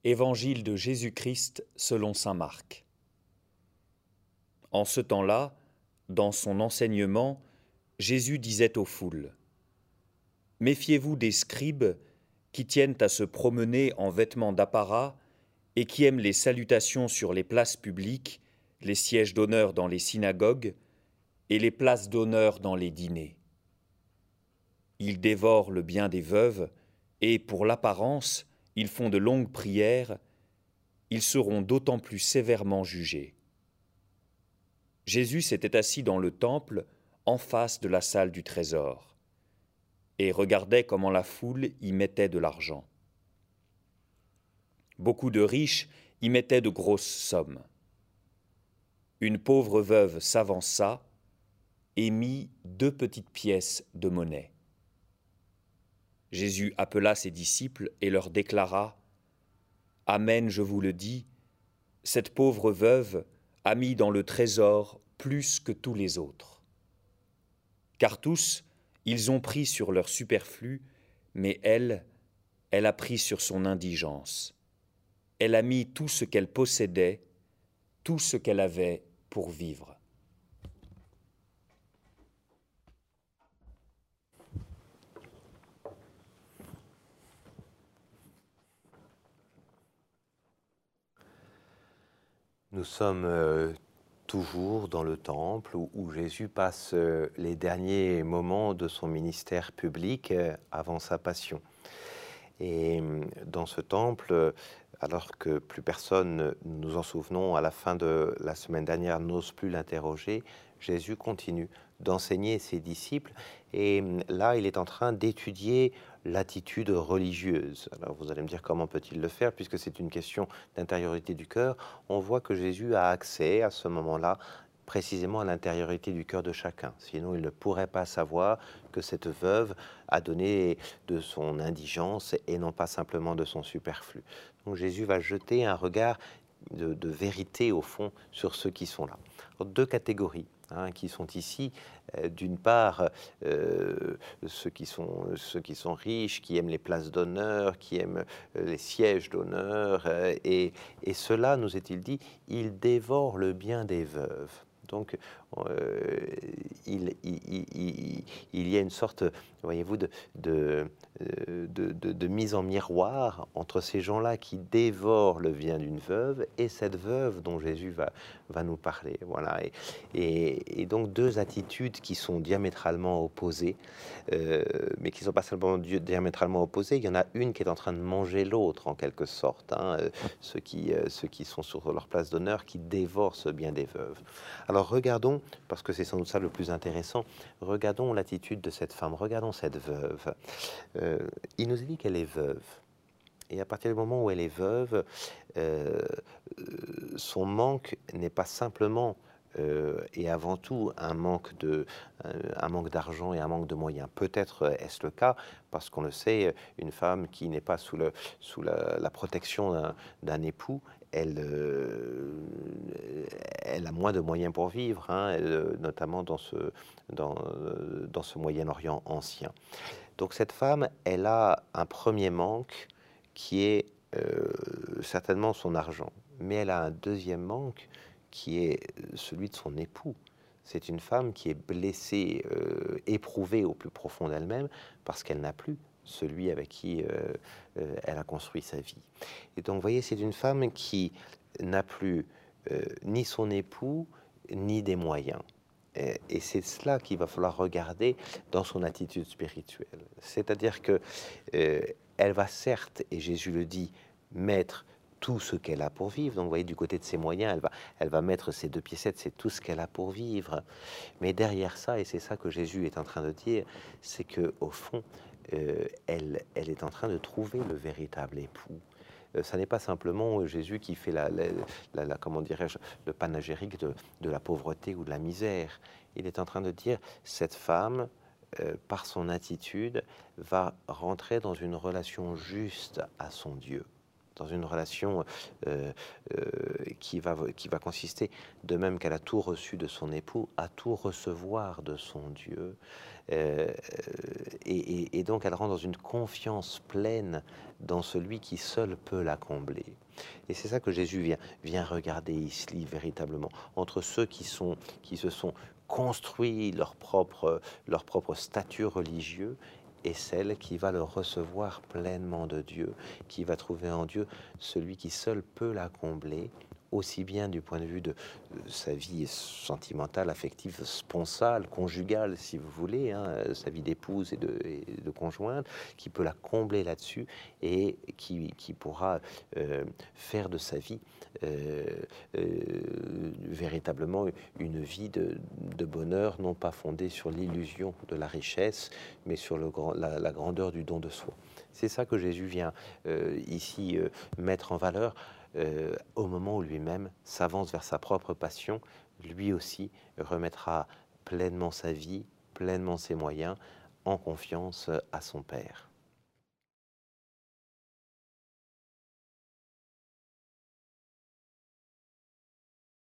Évangile de Jésus-Christ selon saint Marc. En ce temps-là, dans son enseignement, Jésus disait aux foules : « Méfiez-vous des scribes qui tiennent à se promener en vêtements d'apparat et qui aiment les salutations sur les places publiques, les sièges d'honneur dans les synagogues et les places d'honneur dans les dîners. Ils dévorent le bien des veuves et, pour l'apparence, ils font de longues prières. Ils seront d'autant plus sévèrement jugés. » Jésus s'était assis dans le temple, en face de la salle du trésor, et regardait comment la foule y mettait de l'argent. Beaucoup de riches y mettaient de grosses sommes. Une pauvre veuve s'avança et mit 2 petites pièces de monnaie. Jésus appela ses disciples et leur déclara : « Amen, je vous le dis, cette pauvre veuve a mis dans le trésor plus que tous les autres. Car tous, ils ont pris sur leur superflu, mais elle a pris sur son indigence. Elle a mis tout ce qu'elle possédait, tout ce qu'elle avait pour vivre. » Nous sommes toujours dans le temple où Jésus passe les derniers moments de son ministère public avant sa passion. Et dans ce temple, alors que plus personne, nous nous en souvenons, à la fin de la semaine dernière, n'ose plus l'interroger, Jésus continue d'enseigner ses disciples. Et là, il est en train d'étudier l'attitude religieuse. Alors vous allez me dire comment peut-il le faire, puisque c'est une question d'intériorité du cœur. On voit que Jésus a accès à ce moment-là précisément à l'intériorité du cœur de chacun. Sinon, il ne pourrait pas savoir que cette veuve a donné de son indigence et non pas simplement de son superflu. Donc Jésus va jeter un regard de vérité, au fond, sur ceux qui sont là. Alors, 2 catégories qui sont ici. D'une part, ceux qui sont riches, qui aiment les places d'honneur, qui aiment les sièges d'honneur, et ceux-là, nous est-il dit, ils dévorent le bien des veuves. Donc, il y a une sorte, voyez-vous, de mise en miroir entre ces gens-là qui dévorent le bien d'une veuve et cette veuve dont Jésus va nous parler. Voilà. Et donc 2 attitudes qui sont diamétralement opposées, mais qui ne sont pas seulement diamétralement opposées. Il y en a une qui est en train de manger l'autre, en quelque sorte. Ceux qui sont sur leur place d'honneur, qui dévorent ce bien des veuves. Alors regardons, parce que c'est sans doute ça le plus intéressant, regardons l'attitude de cette femme, regardons cette veuve. Il nous dit qu'elle est veuve. Et à partir du moment où elle est veuve, son manque n'est pas simplement et avant tout un manque d'argent et un manque de moyens. Peut-être est-ce le cas, parce qu'on le sait, une femme qui n'est pas sous la protection d'un époux, elle a moins de moyens pour vivre, notamment dans ce Moyen-Orient ancien. Donc cette femme, elle a un premier manque qui est certainement son argent, mais elle a un deuxième manque qui est celui de son époux. C'est une femme qui est blessée, éprouvée au plus profond d'elle-même, parce qu'elle n'a plus celui avec qui elle a construit sa vie. Et donc, vous voyez, c'est une femme qui n'a plus ni son époux, ni des moyens. Et c'est cela qu'il va falloir regarder dans son attitude spirituelle. C'est-à-dire que elle va certes, et Jésus le dit, mettre tout ce qu'elle a pour vivre. Donc, vous voyez, du côté de ses moyens, elle va mettre ses 2 piécettes, c'est tout ce qu'elle a pour vivre. Mais derrière ça, et c'est ça que Jésus est en train de dire, c'est que au fond, elle est en train de trouver le véritable époux. Ça n'est pas simplement Jésus qui fait comment dirais-je, le panagérique de la pauvreté ou de la misère. Il est en train de dire, cette femme, par son attitude, va rentrer dans une relation juste à son Dieu. dans une relation qui va consister, de même qu'elle a tout reçu de son époux, à tout recevoir de son Dieu. Et donc elle rentre dans une confiance pleine dans celui qui seul peut la combler. Et c'est ça que Jésus vient regarder ici véritablement, entre ceux qui se sont construits leur propre statut religieux et celle qui va le recevoir pleinement de Dieu, qui va trouver en Dieu celui qui seul peut la combler, aussi bien du point de vue de sa vie sentimentale, affective, sponsale, conjugale, si vous voulez, hein, sa vie d'épouse et de conjointe, qui peut la combler là-dessus et qui pourra faire de sa vie véritablement une vie de bonheur, non pas fondée sur l'illusion de la richesse, mais sur la grandeur du don de soi. C'est ça que Jésus vient ici mettre en valeur au moment où lui-même s'avance vers sa propre passion. Lui aussi remettra pleinement sa vie, pleinement ses moyens, en confiance à son Père.